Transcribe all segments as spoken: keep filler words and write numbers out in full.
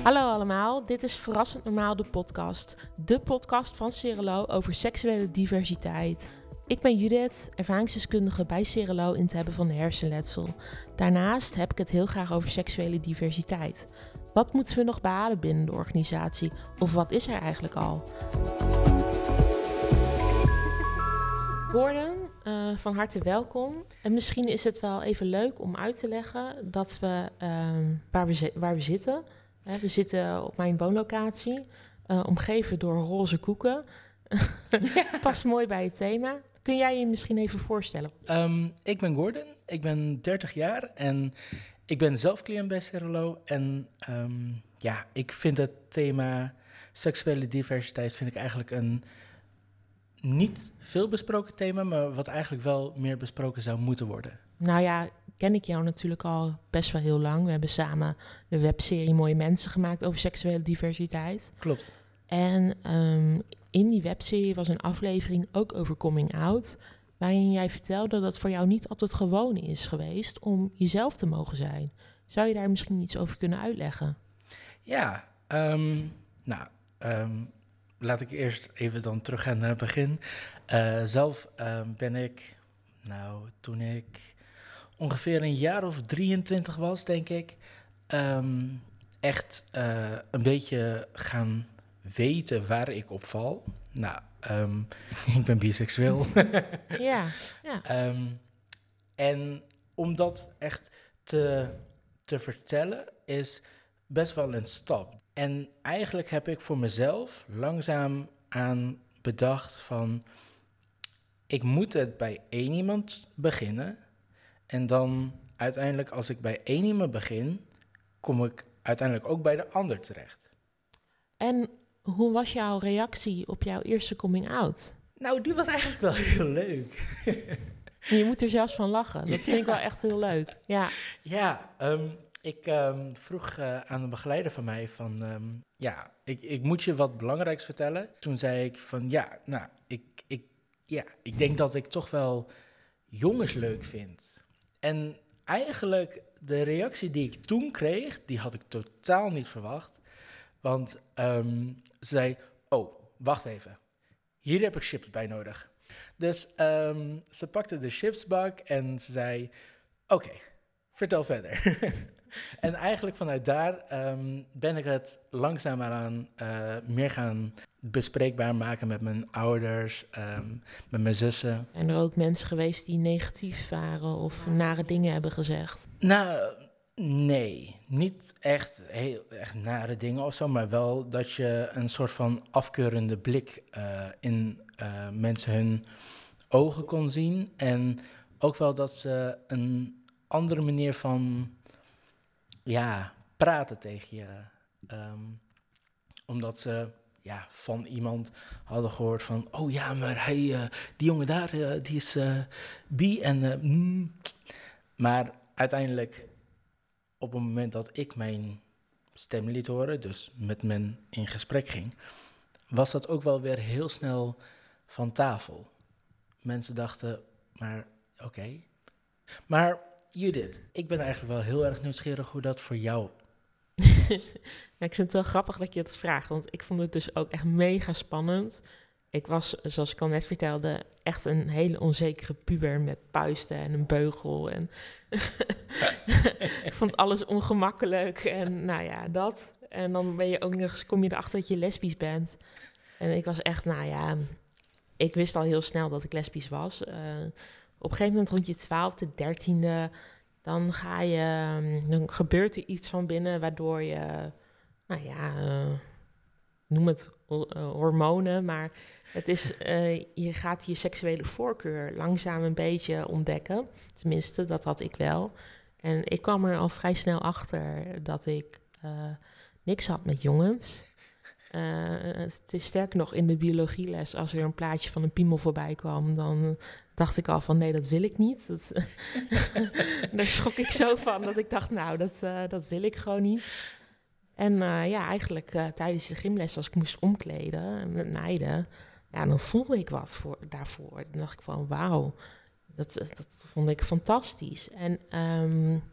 Hallo allemaal, dit is Verrassend Normaal de podcast. De podcast van Cerelo over seksuele diversiteit. Ik ben Judith, ervaringsdeskundige bij Cerelo in het hebben van hersenletsel. Daarnaast heb ik het heel graag over seksuele diversiteit. Wat moeten we nog behalen binnen de organisatie? Of wat is er eigenlijk al? Gordon, uh, van harte welkom. En misschien is het wel even leuk om uit te leggen dat we, uh, waar, we zi- waar we zitten. Uh, we zitten op mijn woonlocatie, uh, omgeven door roze koeken. Ja. Past mooi bij het thema. Kun jij je misschien even voorstellen? Um, ik ben Gordon, ik ben dertig jaar en ik ben zelf cliënt bij Cerelo. En um, ja, ik vind het thema seksuele diversiteit vind ik eigenlijk een niet veel besproken thema, maar wat eigenlijk wel meer besproken zou moeten worden. Nou ja, ken ik jou natuurlijk al best wel heel lang. We hebben samen de webserie Mooie Mensen gemaakt over seksuele diversiteit. Klopt. En um, in die webserie was een aflevering ook over coming out, waarin jij vertelde dat het voor jou niet altijd gewoon is geweest om jezelf te mogen zijn. Zou je daar misschien iets over kunnen uitleggen? Ja, um, nou, um, laat ik eerst even dan terug gaan naar het begin. Uh, zelf uh, ben ik, nou, toen ik ongeveer een jaar of drieëntwintig was, denk ik, um, echt uh, een beetje gaan weten waar ik op val. Nou, um, ik ben biseksueel. Ja, ja. Um, en om dat echt te, te vertellen is best wel een stap. En eigenlijk heb ik voor mezelf langzaam aan bedacht van, ik moet het bij één iemand beginnen. En dan uiteindelijk als ik bij één iemand begin, kom ik uiteindelijk ook bij de ander terecht. En hoe was jouw reactie op jouw eerste coming out? Nou, die was eigenlijk wel heel leuk. Je moet er zelfs van lachen. Dat vind ja. ik wel echt heel leuk. Ja, ja um, ik um, vroeg uh, aan een begeleider van mij van, um, ja, ik, ik moet je wat belangrijks vertellen. Toen zei ik van, ja, nou, ik, ik, ja, ik denk dat ik toch wel jongens leuk vind. En eigenlijk de reactie die ik toen kreeg, die had ik totaal niet verwacht. Want um, ze zei, oh, wacht even. Hier heb ik chips bij nodig. Dus um, ze pakte de chipsbak en ze zei, oké, okay, vertel verder. En eigenlijk vanuit daar um, ben ik het langzaamaan uh, meer gaan bespreekbaar maken met mijn ouders, um, met mijn zussen. En er ook mensen geweest die negatief waren of nare dingen hebben gezegd? Nou, nee. Niet echt, heel, echt nare dingen of zo, maar wel dat je een soort van afkeurende blik uh, in uh, mensen hun ogen kon zien. En ook wel dat ze een andere manier van, ja, praten tegen je. Um, omdat ze ja, van iemand hadden gehoord van, oh ja, maar hij, uh, die jongen daar, uh, die is uh, bi en uh, mm. Maar uiteindelijk, op het moment dat ik mijn stem liet horen, dus met men in gesprek ging, was dat ook wel weer heel snel van tafel. Mensen dachten, maar oké. Okay. Maar Judith, ik ben eigenlijk wel heel erg nieuwsgierig hoe dat voor jou was. Ja, ik vind het wel grappig dat je dat vraagt, want ik vond het dus ook echt mega spannend. Ik was, zoals ik al net vertelde, echt een hele onzekere puber met puisten en een beugel. En ik vond alles ongemakkelijk en nou ja, dat. En dan ben je ook nog eens, kom je erachter dat je lesbisch bent. En ik was echt, nou ja, ik wist al heel snel dat ik lesbisch was. Uh, op een gegeven moment rond je twaalfde, dertiende, dan ga je, dan gebeurt er iets van binnen waardoor je, nou ja, uh, noem het uh, hormonen, maar het is, uh, je gaat je seksuele voorkeur langzaam een beetje ontdekken. Tenminste, dat had ik wel. En ik kwam er al vrij snel achter dat ik uh, niks had met jongens. Uh, het is sterker nog, in de biologieles, als er een plaatje van een piemel voorbij kwam, dan dacht ik al van nee, dat wil ik niet. Dat, daar schrok ik zo van dat ik dacht, nou, dat, uh, dat wil ik gewoon niet. En uh, ja, eigenlijk uh, tijdens de gymles, als ik moest omkleden met meiden, ja, dan voelde ik wat voor, daarvoor. Dan dacht ik van, wauw, dat, dat vond ik fantastisch. En um,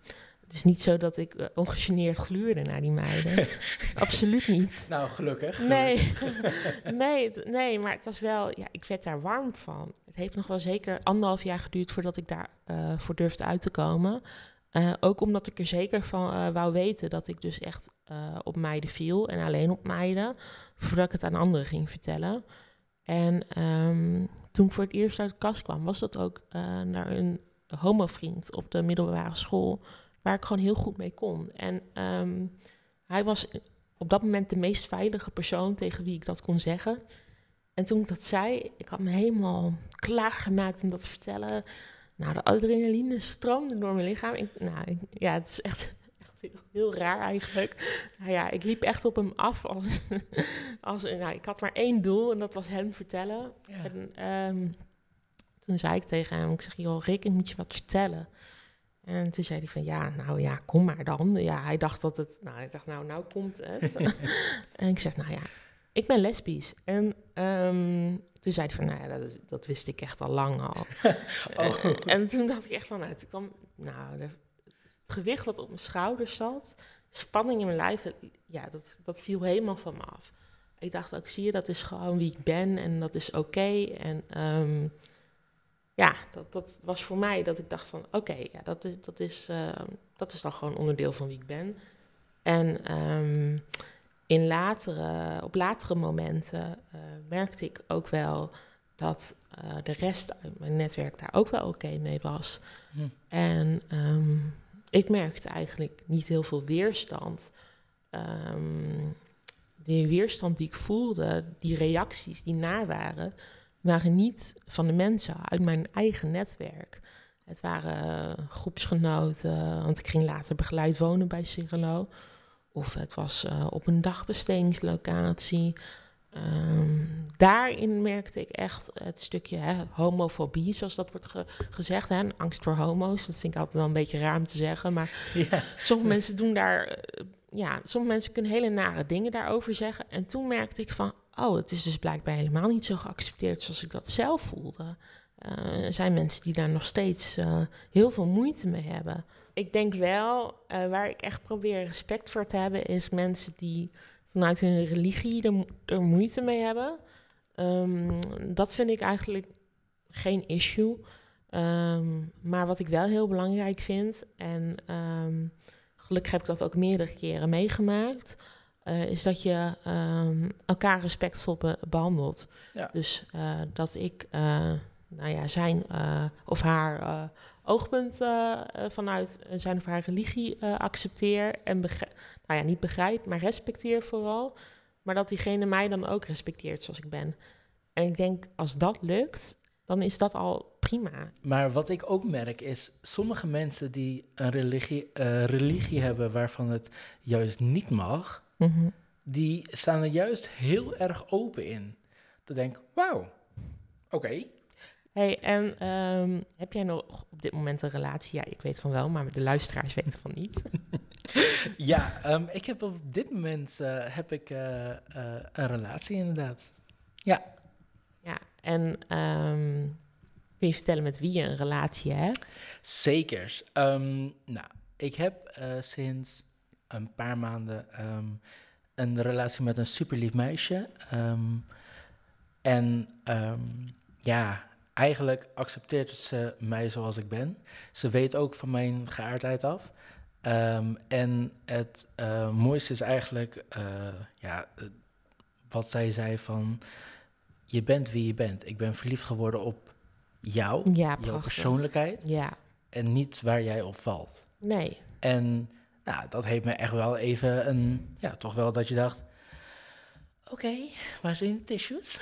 Het is niet zo dat ik uh, ongegeneerd gluurde naar die meiden. Absoluut niet. Nou, gelukkig. Nee, nee, het- nee, maar het was wel... Ja, ik werd daar warm van. Het heeft nog wel zeker anderhalf jaar geduurd voordat ik daar uh, voor durfde uit te komen. Uh, ook omdat ik er zeker van uh, wou weten dat ik dus echt uh, op meiden viel. En alleen op meiden. Voordat ik het aan anderen ging vertellen. En um, toen ik voor het eerst uit de kast kwam, was dat ook uh, naar een homovriend op de middelbare school, waar ik gewoon heel goed mee kon. En um, hij was op dat moment de meest veilige persoon tegen wie ik dat kon zeggen. En toen ik dat zei, ik had me helemaal klaargemaakt om dat te vertellen. Nou, de adrenaline stroomde door mijn lichaam. Ik, nou, ik, ja, het is echt... Heel, heel raar eigenlijk. Nou ja, ik liep echt op hem af. Als, als, nou, ik had maar één doel en dat was hem vertellen. Ja. En um, toen zei ik tegen hem, ik zeg, joh Rick, ik moet je wat vertellen. En toen zei hij van, ja, nou ja, kom maar dan. Ja, hij dacht dat het, nou, ik dacht, nou, nou komt het. En ik zeg, nou ja, ik ben lesbisch. En um, toen zei hij van, nou ja, dat, dat wist ik echt al lang al. oh. en, en toen dacht ik echt van, nou, toen kwam, nou... De, het gewicht wat op mijn schouders zat, spanning in mijn lijf, ja, dat, dat viel helemaal van me af. Ik dacht ook, zie je, dat is gewoon wie ik ben en dat is oké. Okay. En um, ja, dat, dat was voor mij dat ik dacht van, oké, okay, ja, dat, is, dat, is, uh, dat is dan gewoon onderdeel van wie ik ben. En um, in latere, op latere momenten uh, merkte ik ook wel dat uh, de rest uit mijn netwerk daar ook wel oké okay mee was. Hm. En... Um, ik merkte eigenlijk niet heel veel weerstand. Um, die weerstand die ik voelde, die reacties die naar waren, waren niet van de mensen uit mijn eigen netwerk. Het waren groepsgenoten, want ik ging later begeleid wonen bij Cirelo. Of het was uh, op een dagbestedingslocatie. Um, daarin merkte ik echt het stukje hè, homofobie, zoals dat wordt ge- gezegd. Hè, angst voor homo's. Dat vind ik altijd wel een beetje raar om te zeggen. Maar yeah. sommige mensen doen daar... Uh, ja, sommige mensen kunnen hele nare dingen daarover zeggen. En toen merkte ik van... oh, het is dus blijkbaar helemaal niet zo geaccepteerd zoals ik dat zelf voelde. Uh, er zijn mensen die daar nog steeds uh, heel veel moeite mee hebben. Ik denk wel, uh, waar ik echt probeer respect voor te hebben... is mensen die... vanuit hun religie er, er moeite mee hebben. Um, dat vind ik eigenlijk geen issue. Um, maar wat ik wel heel belangrijk vind... en um, gelukkig heb ik dat ook meerdere keren meegemaakt... Uh, is dat je um, elkaar respectvol be- behandelt. Ja. Dus uh, dat ik uh, nou ja, zijn uh, of haar... Uh, oogpunt uh, vanuit zijn of haar religie uh, accepteer en begrijp, nou ja, niet begrijp, maar respecteer vooral. Maar dat diegene mij dan ook respecteert zoals ik ben. En ik denk, als dat lukt, dan is dat al prima. Maar wat ik ook merk is, sommige mensen die een religie, uh, religie hebben waarvan het juist niet mag, mm-hmm. die staan er juist heel erg open in. Dan denk ik, wauw, oké. Okay. Hey, en um, heb jij nog op dit moment een relatie? Ja, ik weet van wel, maar de luisteraars weten van niet. ja, um, ik heb op dit moment uh, heb ik, uh, uh, een relatie inderdaad. Ja. Ja, en um, kun je vertellen met wie je een relatie hebt? Zeker. Um, nou, ik heb uh, sinds een paar maanden um, een relatie met een superlief meisje. Um, en um, ja... Eigenlijk accepteert ze mij zoals ik ben. Ze weet ook van mijn geaardheid af. Um, en het uh, mooiste is eigenlijk... Uh, ja, uh, wat zij zei van... Je bent wie je bent. Ik ben verliefd geworden op jou. Ja, jouw persoonlijkheid. Ja. En niet waar jij op valt. Nee. En nou, dat heeft me echt wel even een... Ja, toch wel dat je dacht... Oké, okay, waar zijn de tissues?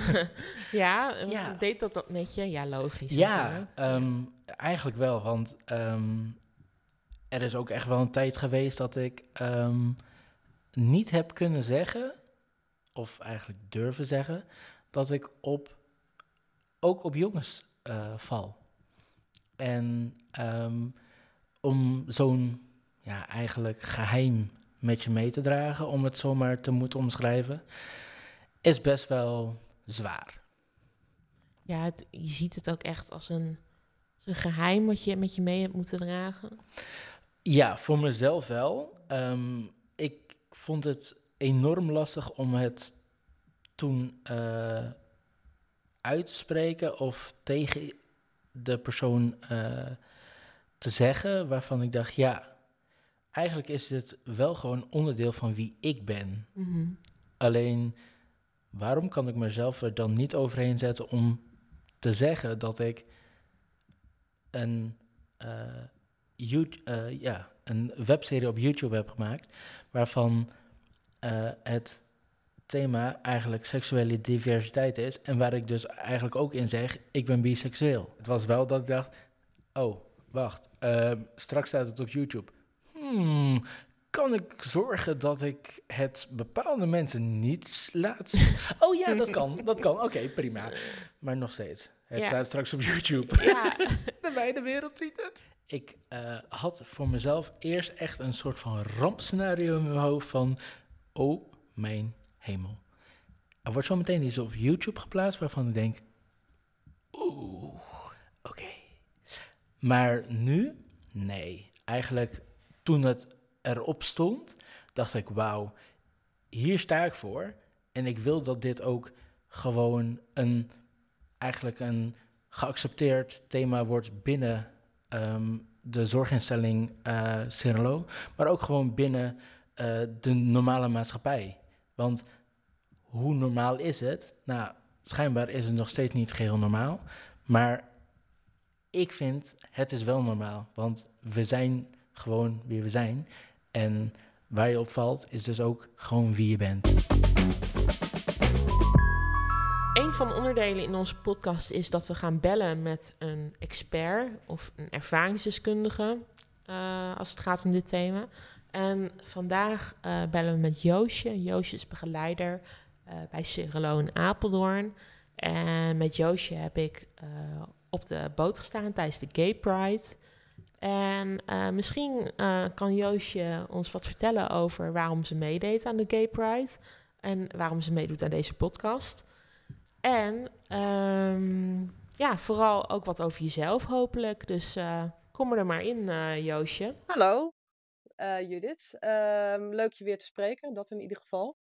ja, ja. Deed dat dat met je? Ja, logisch. Ja, um, eigenlijk wel. Want um, er is ook echt wel een tijd geweest dat ik um, niet heb kunnen zeggen... of eigenlijk durven zeggen... dat ik op, ook op jongens uh, val. En um, om zo'n ja, eigenlijk geheim... met je mee te dragen, om het zomaar te moeten omschrijven, is best wel zwaar. Ja, het, je ziet het ook echt als een, als een geheim wat je met je mee hebt moeten dragen. Ja, voor mezelf wel. Ehm, ik vond het enorm lastig om het toen uh, uit te spreken of tegen de persoon uh, te zeggen waarvan ik dacht, ja, eigenlijk is dit wel gewoon onderdeel van wie ik ben. Mm-hmm. Alleen, waarom kan ik mezelf er dan niet overheen zetten om te zeggen dat ik een, uh, YouTube, uh, ja, een webserie op YouTube heb gemaakt waarvan uh, het thema eigenlijk seksuele diversiteit is en waar ik dus eigenlijk ook in zeg, ik ben biseksueel. Het was wel dat ik dacht, oh, wacht, uh, straks staat het op YouTube. Hmm, kan ik zorgen dat ik het bepaalde mensen niet laat zien? Oh ja, dat kan, dat kan. Oké, okay, prima. Maar nog steeds, het ja. staat straks op YouTube. Ja. De wijde wereld ziet het. Ik uh, had voor mezelf eerst echt een soort van rampscenario in mijn hoofd van, oh mijn hemel. Er wordt zo meteen iets op YouTube geplaatst waarvan ik denk, oeh, oké. Okay. Maar nu, nee. Eigenlijk toen het erop stond, dacht ik, wauw, hier sta ik voor. En ik wil dat dit ook gewoon een, eigenlijk een geaccepteerd thema wordt binnen um, de zorginstelling uh, Cirelo, maar ook gewoon binnen uh, de normale maatschappij. Want hoe normaal is het? Nou, schijnbaar is het nog steeds niet geheel normaal, maar ik vind het is wel normaal, want we zijn gewoon wie we zijn. En waar je op valt is dus ook gewoon wie je bent. Een van de onderdelen in onze podcast is dat we gaan bellen met een expert of een ervaringsdeskundige uh, als het gaat om dit thema. En vandaag uh, bellen we met Joosje. Joosje is begeleider uh, bij Cirelo in Apeldoorn. En met Joosje heb ik uh, op de boot gestaan tijdens de Gay Pride. En uh, misschien uh, kan Joosje ons wat vertellen over waarom ze meedeed aan de Gay Pride. En waarom ze meedoet aan deze podcast. En um, ja, vooral ook wat over jezelf hopelijk. Dus uh, kom er maar in, uh, Joosje. Hallo, uh, Judith. Um, leuk je weer te spreken, dat in ieder geval.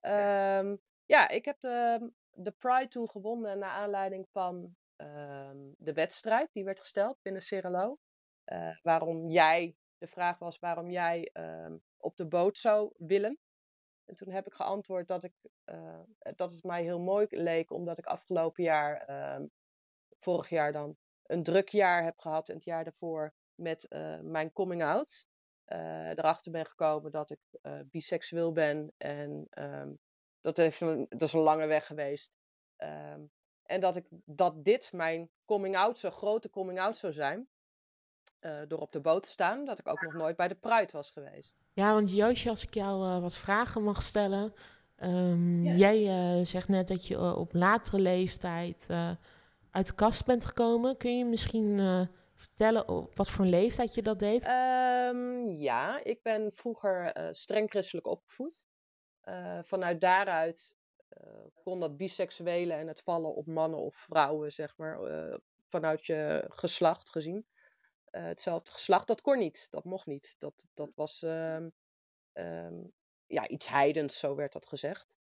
Um, ja, ik heb de, de Pride toen gewonnen naar aanleiding van um, de wedstrijd die werd gesteld binnen Cirelo. Uh, waarom jij, de vraag was waarom jij um, op de boot zou willen. En toen heb ik geantwoord dat, ik, uh, dat het mij heel mooi leek, omdat ik afgelopen jaar, uh, vorig jaar dan, een druk jaar heb gehad en het jaar daarvoor met uh, mijn coming out. Uh, erachter ben gekomen dat ik uh, biseksueel ben en um, dat, heeft een, dat is een lange weg geweest. Um, en dat, ik, dat dit mijn coming out, zo'n grote coming out zou zijn. Uh, door op de boot te staan, dat ik ook nog nooit bij de Pride was geweest. Ja, want Joosje, als ik jou uh, wat vragen mag stellen. Um, yeah. Jij uh, zegt net dat je uh, op latere leeftijd uh, uit de kast bent gekomen. Kun je misschien uh, vertellen op wat voor een leeftijd je dat deed? Um, ja, ik ben vroeger uh, streng christelijk opgevoed. Uh, vanuit daaruit uh, kon dat biseksuele en het vallen op mannen of vrouwen, zeg maar, uh, vanuit je geslacht gezien. Uh, hetzelfde geslacht, dat kon niet, dat mocht niet. Dat, dat was um, um, ja, iets heidens, zo werd dat gezegd.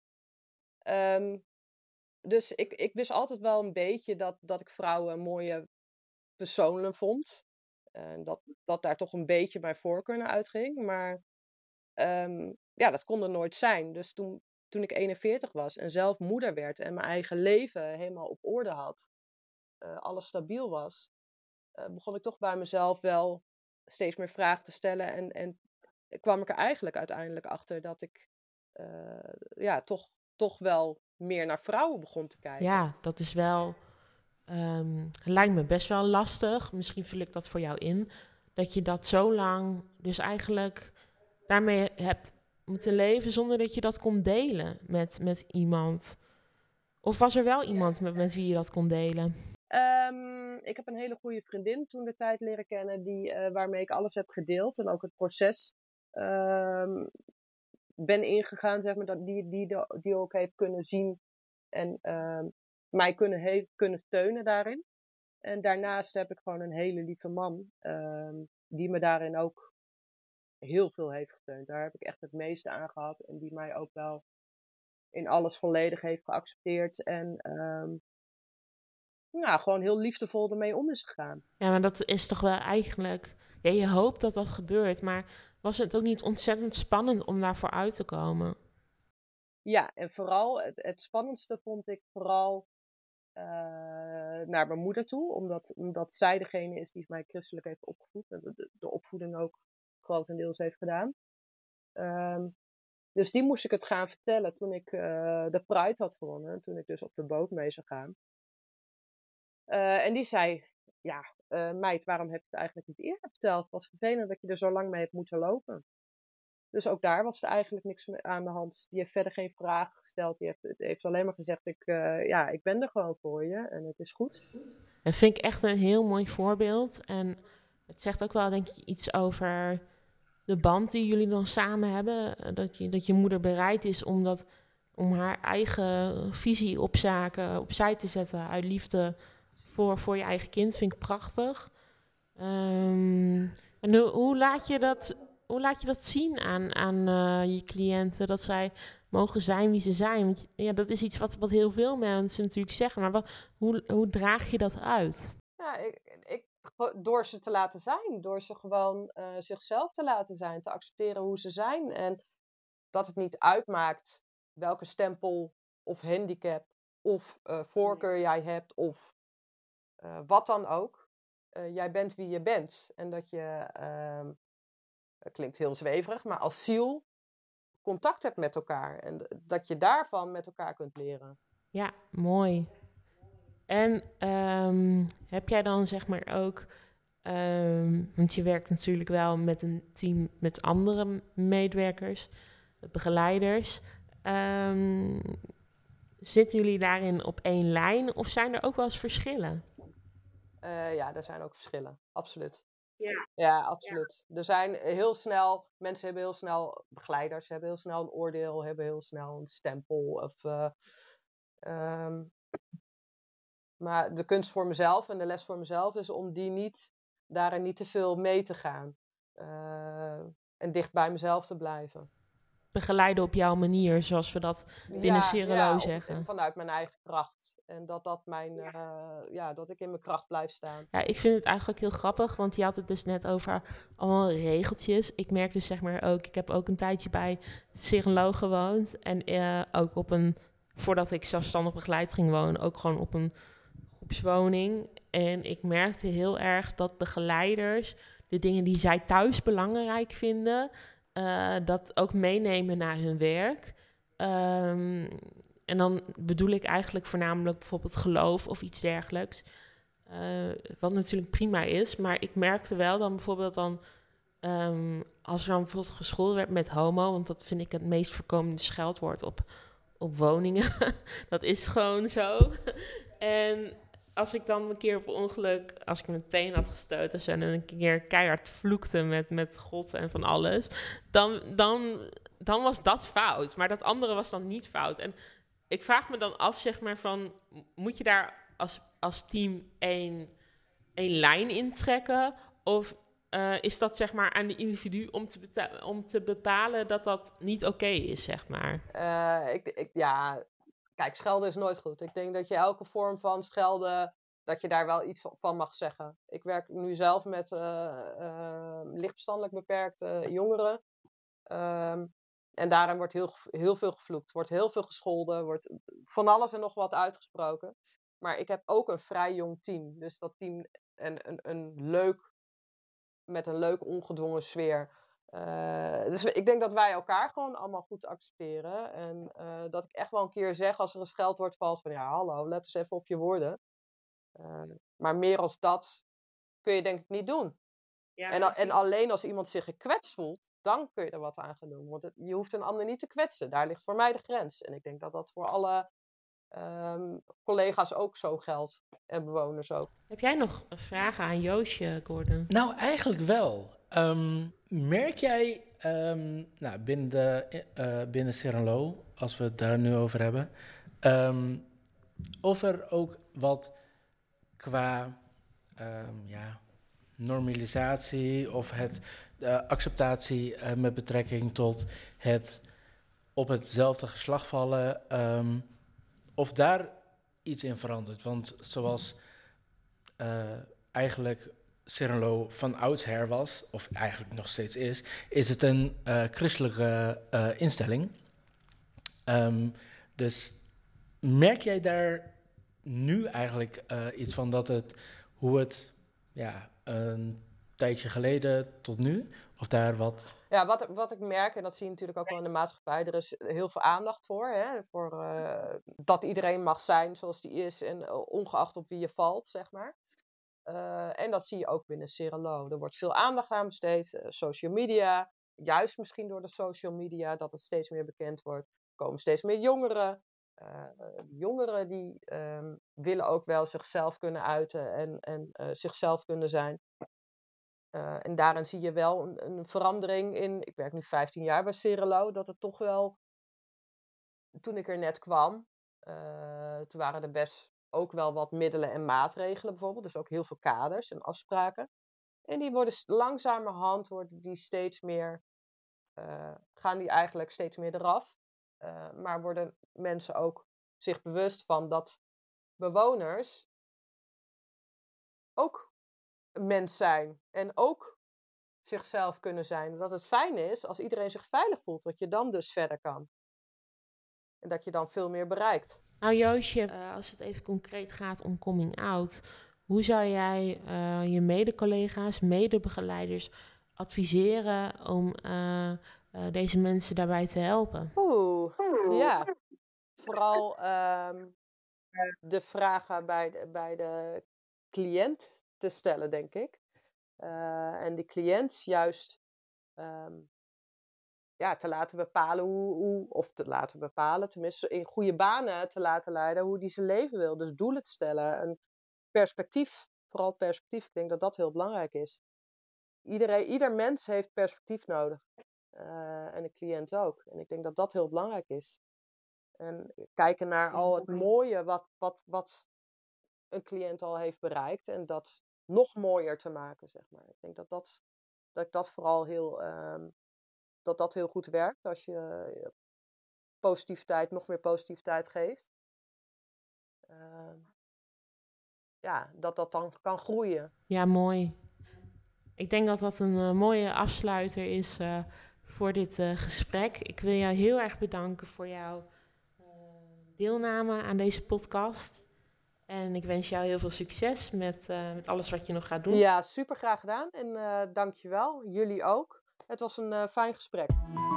Um, dus ik, ik wist altijd wel een beetje dat, dat ik vrouwen mooie personen vond. En dat, dat daar toch een beetje mijn voorkeur naar uitging. Maar um, ja, dat kon er nooit zijn. Dus toen, toen ik eenenveertig was en zelf moeder werd en mijn eigen leven helemaal op orde had, uh, alles stabiel was, Uh, begon ik toch bij mezelf wel steeds meer vragen te stellen. En, en kwam ik er eigenlijk uiteindelijk achter dat ik uh, ja, toch, toch wel meer naar vrouwen begon te kijken. Ja, dat is wel, um, lijkt me best wel lastig. Misschien vul ik dat voor jou in. Dat je dat zo lang dus eigenlijk daarmee hebt moeten leven zonder dat je dat kon delen met, met iemand. Of was er wel iemand met, met wie je dat kon delen? Um, ik heb een hele goede vriendin toen de tijd leren kennen, die, uh, waarmee ik alles heb gedeeld en ook het proces um, ben ingegaan, zeg maar, dat die, die, die ook heeft kunnen zien en um, mij kunnen, heeft kunnen steunen daarin. En daarnaast heb ik gewoon een hele lieve man, um, die me daarin ook heel veel heeft gesteund. Daar heb ik echt het meeste aan gehad. En die mij ook wel in alles volledig heeft geaccepteerd. En um, ja, gewoon heel liefdevol ermee om is gegaan. Ja, maar dat is toch wel eigenlijk... Ja, je hoopt dat dat gebeurt, maar was het ook niet ontzettend spannend om daarvoor uit te komen? Ja, en vooral, het, het spannendste vond ik vooral uh, naar mijn moeder toe. Omdat, omdat zij degene is die mij christelijk heeft opgevoed. En de, de opvoeding ook grotendeels heeft gedaan. Um, dus die moest ik het gaan vertellen toen ik uh, de Pride had gewonnen. Toen ik dus op de boot mee zou gaan. Uh, en die zei, ja, uh, meid, waarom heb je het eigenlijk niet eerder verteld? Wat vervelend dat je er zo lang mee hebt moeten lopen. Dus ook daar was er eigenlijk niks aan de hand. Die heeft verder geen vragen gesteld. Die heeft, het heeft alleen maar gezegd, ik, uh, ja, ik ben er gewoon voor je en het is goed. Dat vind ik echt een heel mooi voorbeeld. En het zegt ook wel, denk ik, iets over de band die jullie dan samen hebben. Dat je, dat je moeder bereid is om, dat, om haar eigen visie op zaken opzij te zetten uit liefde voor, voor je eigen kind. Vind ik prachtig. Um, en hoe, hoe, laat je dat, hoe laat je dat zien aan, aan uh, je cliënten? Dat zij mogen zijn wie ze zijn. Want ja, dat is iets wat, wat heel veel mensen natuurlijk zeggen. Maar wat, hoe, hoe draag je dat uit? Ja, ik, ik, door ze te laten zijn. Door ze gewoon uh, zichzelf te laten zijn. Te accepteren hoe ze zijn. En dat het niet uitmaakt welke stempel of handicap of uh, voorkeur jij hebt. Of uh, wat dan ook. Uh, jij bent wie je bent. En dat je, uh, dat klinkt heel zweverig, maar als ziel contact hebt met elkaar. En dat je daarvan met elkaar kunt leren. Ja, mooi. En um, heb jij dan zeg maar ook... Um, want je werkt natuurlijk wel met een team met andere medewerkers, begeleiders. Um, zitten jullie daarin op één lijn of zijn er ook wel eens verschillen? Uh, ja, er zijn ook verschillen, absoluut. Ja, ja absoluut. Ja. Er zijn heel snel, mensen hebben heel snel, begeleiders hebben heel snel een oordeel, hebben heel snel een stempel. Of, uh, um, maar de kunst voor mezelf en de les voor mezelf is om die niet, daarin niet te veel mee te gaan. Uh, en dicht bij mezelf te blijven. Begeleiden op jouw manier, zoals we dat binnen ja, Cirelo ja, zeggen. Op, vanuit mijn eigen kracht. En dat, dat, mijn, uh, ja, dat ik in mijn kracht blijf staan. Ja, ik vind het eigenlijk heel grappig, want je had het dus net over allemaal regeltjes. Ik merk dus zeg maar ook, ik heb ook een tijdje bij Cirelo gewoond. En uh, ook op een, voordat ik zelfstandig begeleid ging wonen, ook gewoon op een groepswoning. En ik merkte heel erg dat begeleiders de dingen die zij thuis belangrijk vinden, uh, dat ook meenemen naar hun werk. Um, en dan bedoel ik eigenlijk voornamelijk bijvoorbeeld geloof of iets dergelijks. Uh, wat natuurlijk prima is, maar ik merkte wel dan bijvoorbeeld dan... Um, als er dan bijvoorbeeld gescholden werd met homo, want dat vind ik het meest voorkomende scheldwoord op, op woningen. Dat is gewoon zo. En als ik dan een keer op ongeluk, als ik mijn teen had gestoten en een keer keihard vloekte met, met God en van alles, dan, dan, dan was dat fout. Maar dat andere was dan niet fout. En ik vraag me dan af, zeg maar, van, moet je daar als, als team één, één lijn intrekken? Of uh, is dat, zeg maar, aan de individu om te, beta- om te bepalen dat dat niet oké okay is, zeg maar? Uh, ik, ik, ja, kijk, schelden is nooit goed. Ik denk dat je elke vorm van schelden, dat je daar wel iets van mag zeggen. Ik werk nu zelf met uh, uh, lichtverstandelijk beperkte jongeren. Um, en daarin wordt heel, heel veel gevloekt, wordt heel veel gescholden, wordt van alles en nog wat uitgesproken. Maar ik heb ook een vrij jong team. Dus dat team een, een, een leuk, met een leuk ongedwongen sfeer. Uh, dus ik denk dat wij elkaar gewoon allemaal goed accepteren. En uh, dat ik echt wel een keer zeg als er een scheldwoord valt van ja, hallo, let eens even op je woorden. Uh, maar meer als dat kun je denk ik niet doen. Ja, en, en alleen als iemand zich gekwetst voelt, dan kun je er wat aan gaan doen. Want het, je hoeft een ander niet te kwetsen. Daar ligt voor mij de grens. En ik denk dat dat voor alle um, collega's ook zo geldt. En bewoners ook. Heb jij nog vragen aan Joosje, Gordon? Nou, eigenlijk wel. Um, merk jij um, nou, binnen, de, uh, binnen Cirelo, als we het daar nu over hebben, um, of er ook wat qua um, ja, normalisatie of het, uh, acceptatie uh, met betrekking tot het op hetzelfde geslacht vallen, um, of daar iets in verandert. Want zoals uh, eigenlijk Cirilo van oudsher was, of eigenlijk nog steeds is, is het een uh, christelijke uh, instelling. Um, dus merk jij daar nu eigenlijk uh, iets van dat het, hoe het, ja, een tijdje geleden tot nu, of daar wat... Ja, wat, wat ik merk, en dat zie je natuurlijk ook wel in de maatschappij, er is heel veel aandacht voor, hè, voor uh, dat iedereen mag zijn zoals die is en uh, ongeacht op wie je valt, zeg maar. Uh, en dat zie je ook binnen Cirilo. Er wordt veel aandacht aan besteed, uh, social media, juist misschien door de social media, dat het steeds meer bekend wordt. Er komen steeds meer jongeren. Uh, jongeren die um, willen ook wel zichzelf kunnen uiten en, en uh, zichzelf kunnen zijn. Uh, en daarin zie je wel een, een verandering in, ik werk nu vijftien jaar bij Cirilo, dat het toch wel, toen ik er net kwam, uh, toen waren er best ook wel wat middelen en maatregelen bijvoorbeeld, dus ook heel veel kaders en afspraken. En die worden langzamerhand, worden die steeds meer, uh, gaan die eigenlijk steeds meer eraf. Uh, maar worden mensen ook zich bewust van dat bewoners ook mens zijn en ook zichzelf kunnen zijn. Dat het fijn is als iedereen zich veilig voelt, dat je dan dus verder kan. En dat je dan veel meer bereikt. Nou Joosje, uh, als het even concreet gaat om coming out, hoe zou jij uh, je mede-collega's, mede-begeleiders adviseren om uh, uh, deze mensen daarbij te helpen? Oeh, ja. Vooral um, de vragen bij de, bij de cliënt te stellen, denk ik. Uh, en die cliënt juist um, ja, te laten bepalen hoe, hoe, of te laten bepalen, tenminste in goede banen te laten leiden hoe die zijn leven wil. Dus doelen te stellen, een perspectief, vooral perspectief. Ik denk dat dat heel belangrijk is. Iedereen, ieder mens heeft perspectief nodig. Uh, en de cliënt ook. En ik denk dat dat heel belangrijk is. En kijken naar al het mooie wat, wat, wat een cliënt al heeft bereikt. En dat nog mooier te maken, zeg maar. Ik denk dat dat, dat, ik dat vooral heel, um, dat dat heel goed werkt. Als je uh, positiviteit, nog meer positiviteit geeft. Uh, ja, dat dat dan kan groeien. Ja, mooi. Ik denk dat dat een uh, mooie afsluiter is uh, voor dit uh, gesprek. Ik wil jou heel erg bedanken voor jouw uh, deelname aan deze podcast. En ik wens jou heel veel succes met, uh, met alles wat je nog gaat doen. Ja, super graag gedaan. En uh, dank je wel. Jullie ook. Het was een uh, fijn gesprek.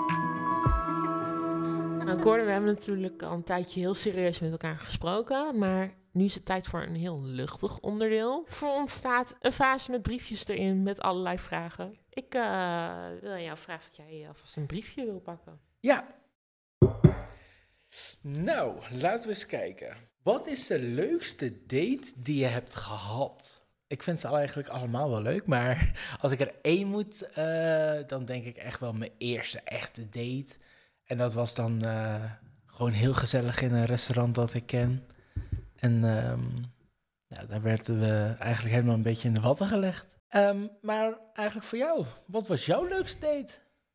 Nou, Gordon, we hebben natuurlijk al een tijdje heel serieus met elkaar gesproken. Maar nu is het tijd voor een heel luchtig onderdeel. Voor ons staat een vaas met briefjes erin met allerlei vragen. Ik uh, wil aan jou vragen of jij alvast een briefje wil pakken. Ja. Nou, laten we eens kijken. Wat is de leukste date die je hebt gehad? Ik vind ze eigenlijk allemaal wel leuk, maar als ik er één moet, uh, dan denk ik echt wel mijn eerste echte date. En dat was dan uh, gewoon heel gezellig in een restaurant dat ik ken. En um, nou, daar werden we eigenlijk helemaal een beetje in de watten gelegd. Um, maar eigenlijk voor jou, wat was jouw leukste date?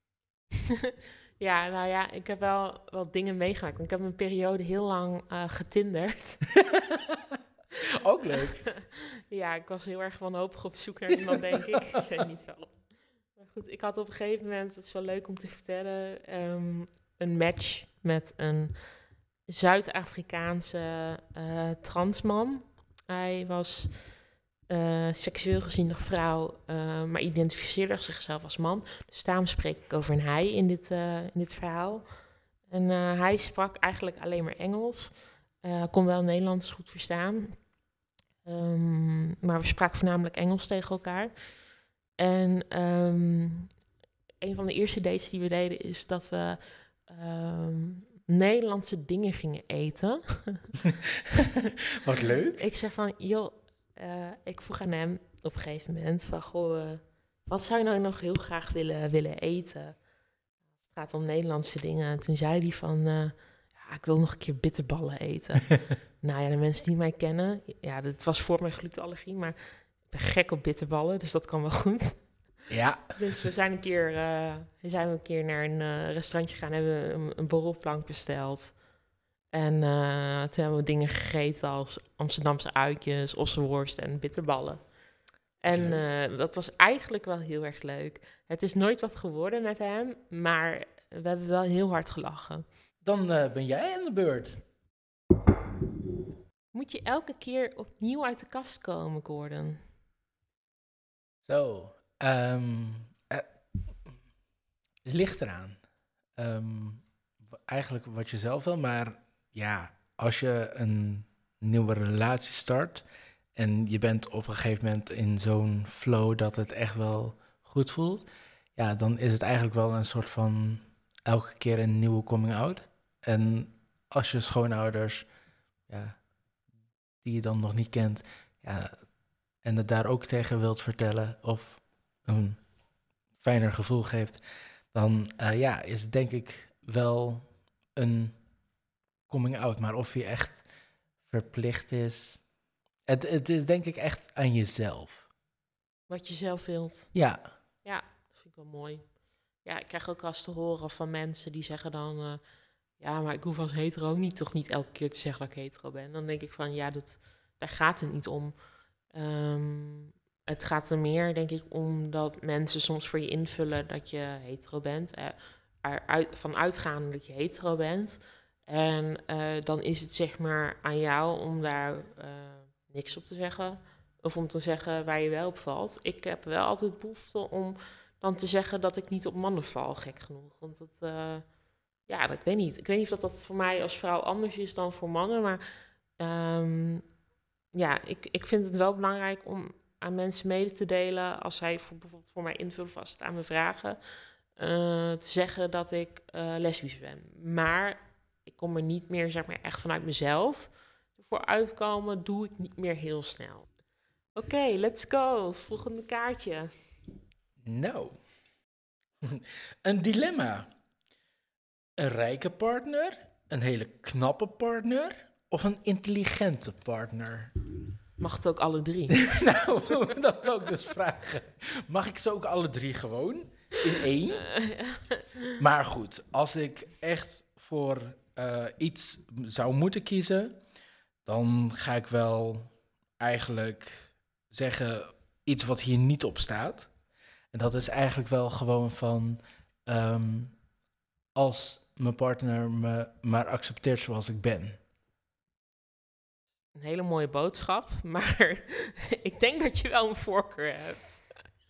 Ja, nou ja, ik heb wel wat dingen meegemaakt. Ik heb een periode heel lang uh, getinderd. Ook leuk. Ja, ik was heel erg wanhopig op zoek naar iemand, denk ik. Ik weet niet wel. Maar goed, ik had op een gegeven moment, dat is wel leuk om te vertellen, um, een match met een Zuid-Afrikaanse uh, transman. Hij was uh, seksueel gezien nog vrouw, uh, maar identificeerde zichzelf als man. Dus daarom spreek ik over een hij in dit, uh, in dit verhaal. En uh, hij sprak eigenlijk alleen maar Engels. Uh, kon wel Nederlands goed verstaan. Um, maar we spraken voornamelijk Engels tegen elkaar. En um, een van de eerste dates die we deden is dat we um, Nederlandse dingen gingen eten. Wat leuk. Ik zeg van, joh, uh, ik vroeg aan hem op een gegeven moment van, goh, uh, wat zou je nou nog heel graag willen, willen eten? Het gaat om Nederlandse dingen. En toen zei hij van, uh, ja, ik wil nog een keer bitterballen eten. Nou ja, de mensen die mij kennen, ja, het was voor mijn glutenallergie, maar ik ben gek op bitterballen, dus dat kan wel goed. Ja. Dus we zijn een keer, uh, we zijn een keer naar een uh, restaurantje gegaan, hebben we een, een borrelplank besteld. En uh, toen hebben we dingen gegeten als Amsterdamse uitjes, ossenworst en bitterballen. En uh, dat was eigenlijk wel heel erg leuk. Het is nooit wat geworden met hem, maar we hebben wel heel hard gelachen. Dan uh, ben jij aan de beurt. Moet je elke keer opnieuw uit de kast komen, Gordon? Zo, um, uh, ligt eraan. Um, eigenlijk wat je zelf wil, maar ja, als je een nieuwe relatie start en je bent op een gegeven moment in zo'n flow dat het echt wel goed voelt, ja, dan is het eigenlijk wel een soort van elke keer een nieuwe coming out. En als je schoonouders, ja, die je dan nog niet kent, ja, en het daar ook tegen wilt vertellen of een fijner gevoel geeft, dan uh, ja, is het denk ik wel een coming out. Maar of je echt verplicht is, het, het is denk ik echt aan jezelf. Wat je zelf wilt. Ja. Ja, dat vind ik wel mooi. Ja, ik krijg ook wel eens te horen van mensen die zeggen dan, uh, ja, maar ik hoef als hetero ook niet, toch niet elke keer te zeggen dat ik hetero ben. Dan denk ik van, ja, dat, daar gaat het niet om. Um, het gaat er meer, denk ik, om dat mensen soms voor je invullen dat je hetero bent. Uh, eruit, van uitgaan dat je hetero bent. En uh, dan is het zeg maar aan jou om daar uh, niks op te zeggen. Of om te zeggen waar je wel op valt. Ik heb wel altijd behoefte om dan te zeggen dat ik niet op mannen val, gek genoeg. Want dat, uh, ja, dat, ik weet niet. Ik weet niet of dat voor mij als vrouw anders is dan voor mannen. Maar um, ja, ik, ik vind het wel belangrijk om aan mensen mede te delen, als zij voor, bijvoorbeeld voor mij invullen of als ze het aan me vragen, uh, te zeggen dat ik uh, lesbisch ben. Maar ik kom er niet meer, zeg maar, echt vanuit mezelf ervoor uitkomen, doe ik niet meer heel snel. Oké, okay, let's go. Volgende kaartje. Nou, een dilemma. Een rijke partner, een hele knappe partner of een intelligente partner? Mag het ook alle drie? Nou, dat wil ik dus vragen. Mag ik ze ook alle drie gewoon in één? Maar goed, als ik echt voor uh, iets zou moeten kiezen, dan ga ik wel eigenlijk zeggen iets wat hier niet op staat. En dat is eigenlijk wel gewoon van, um, als mijn partner me maar accepteert zoals ik ben. Een hele mooie boodschap, maar ik denk dat je wel een voorkeur hebt.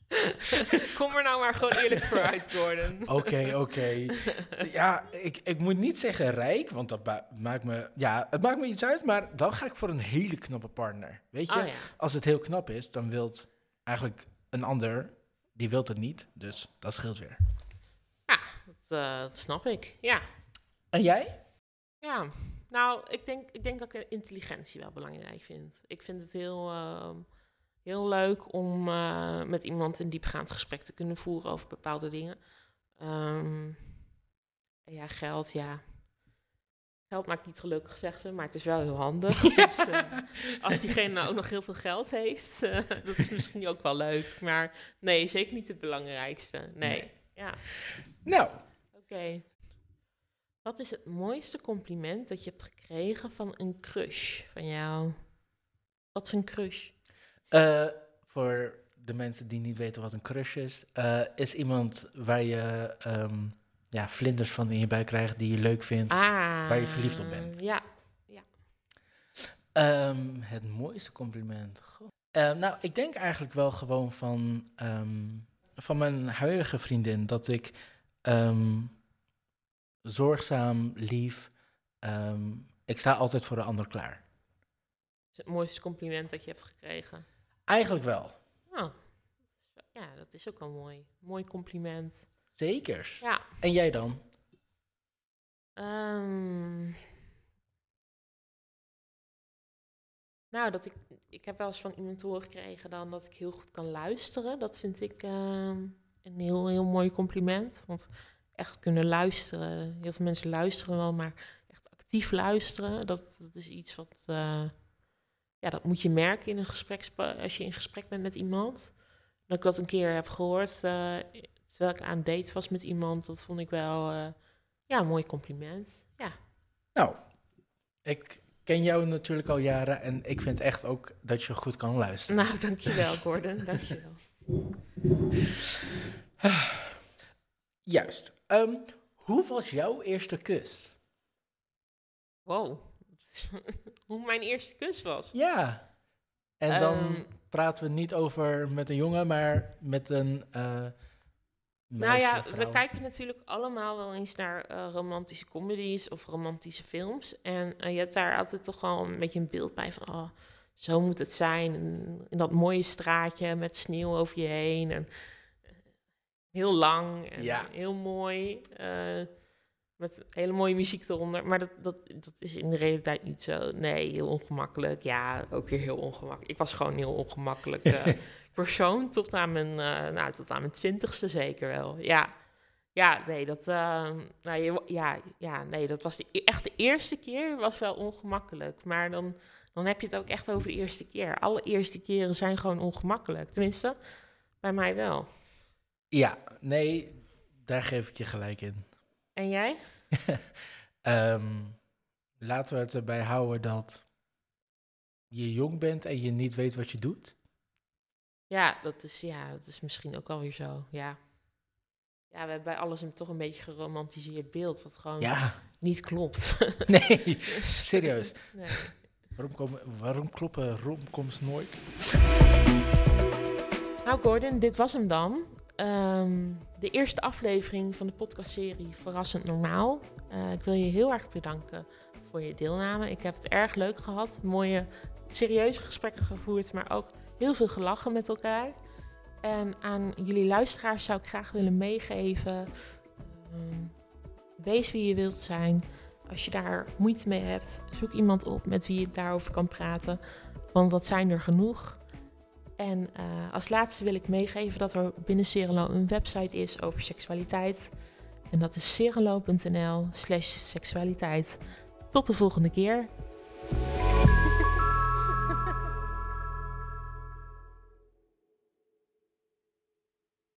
Kom er nou maar gewoon eerlijk voor uit, Gordon. Oké, okay, oké. Okay. Ja, ik, ik moet niet zeggen rijk, want dat ba- maakt me... Ja, het maakt me iets uit, maar dan ga ik voor een hele knappe partner. Weet je, oh, ja. Als het heel knap is, dan wilt eigenlijk een ander, die wilt het niet. Dus dat scheelt weer. Ja, dat, uh, dat snap ik, ja. En jij? Ja, nou, ik denk, ik denk dat ik intelligentie wel belangrijk vind. Ik vind het heel... Uh, Heel leuk om uh, met iemand een diepgaand gesprek te kunnen voeren over bepaalde dingen. Um, ja, geld, ja. Geld maakt niet gelukkig, zegt ze, maar het is wel heel handig. Dus uh, als diegene nou ook nog heel veel geld heeft, uh, dat is misschien ook wel leuk. Maar nee, zeker niet het belangrijkste. Nee, nee. Ja. Nou. Oké. Okay. Wat is het mooiste compliment dat je hebt gekregen van een crush van jou? Wat is een crush? Uh, voor de mensen die niet weten wat een crush is, uh, is iemand waar je um, ja, vlinders van in je buik krijgt, die je leuk vindt, ah, waar je verliefd op bent. Ja, ja. Um, het mooiste compliment. Goh. Uh, nou, ik denk eigenlijk wel gewoon van, um, van mijn huidige vriendin, dat ik um, zorgzaam, lief, um, ik sta altijd voor de ander klaar. Is het mooiste compliment dat je hebt gekregen? Eigenlijk wel. Oh, ja, dat is ook wel mooi. Mooi compliment. Zekers. Ja. En jij dan? Um, nou, dat ik, ik heb wel eens van iemand te horen gekregen dan dat ik heel goed kan luisteren. Dat vind ik um, een heel, heel mooi compliment. Want echt kunnen luisteren. Heel veel mensen luisteren wel, maar echt actief luisteren. Dat, dat is iets wat... Uh, Ja, dat moet je merken in een gesprek, als je in gesprek bent met iemand. dat ik dat een keer heb gehoord, uh, terwijl ik aan een date was met iemand. Dat vond ik wel uh, ja, een mooi compliment. Ja. Nou, ik ken jou natuurlijk al jaren en ik vind echt ook dat je goed kan luisteren. Nou, dankjewel Gordon, dankjewel. Juist. Um, hoe was jouw eerste kus? Wow, hoe mijn eerste kus was? Ja. En dan um, praten we niet over met een jongen, maar met een uh, meisje, Nou ja, vrouw. we kijken natuurlijk allemaal wel eens naar uh, romantische comedies of romantische films. En uh, je hebt daar altijd toch wel een beetje een beeld bij van, oh, zo moet het zijn. En, in dat mooie straatje met sneeuw over je heen. En, uh, heel lang en ja. heel mooi. Uh, met hele mooie muziek eronder. Maar dat, dat, dat is in de realiteit niet zo. Nee, heel ongemakkelijk. Ja, ook weer heel ongemakkelijk. Ik was gewoon een heel ongemakkelijk uh, persoon. Tot aan mijn, uh, nou, tot aan mijn twintigste zeker wel. Ja, ja nee, dat, uh, nou, ja, ja, nee, dat was de, echt de eerste keer was wel ongemakkelijk. Maar dan, dan heb je het ook echt over de eerste keer. Alle eerste keren zijn gewoon ongemakkelijk. Tenminste, bij mij wel. Ja, nee, daar geef ik je gelijk in. En jij? um, laten we het erbij houden dat je jong bent en je niet weet wat je doet. Ja, dat is, ja, dat is misschien ook alweer zo, ja. Ja, we hebben bij alles een toch een beetje geromantiseerd beeld, wat gewoon ja. niet klopt. Nee, serieus. Nee. Waarom, komen, waarom kloppen romcoms nooit? Nou Gordon, dit was hem dan. Um, de eerste aflevering van de podcastserie Verrassend Normaal. Uh, ik wil je heel erg bedanken voor je deelname. Ik heb het erg leuk gehad. Mooie, serieuze gesprekken gevoerd, maar ook heel veel gelachen met elkaar. En aan jullie luisteraars zou ik graag willen meegeven. Um, wees wie je wilt zijn. Als je daar moeite mee hebt, zoek iemand op met wie je daarover kan praten. Want dat zijn er genoeg. En uh, als laatste wil ik meegeven dat er binnen Serelo een website is over seksualiteit. En dat is serelo punt n l slash seksualiteit. Tot de volgende keer.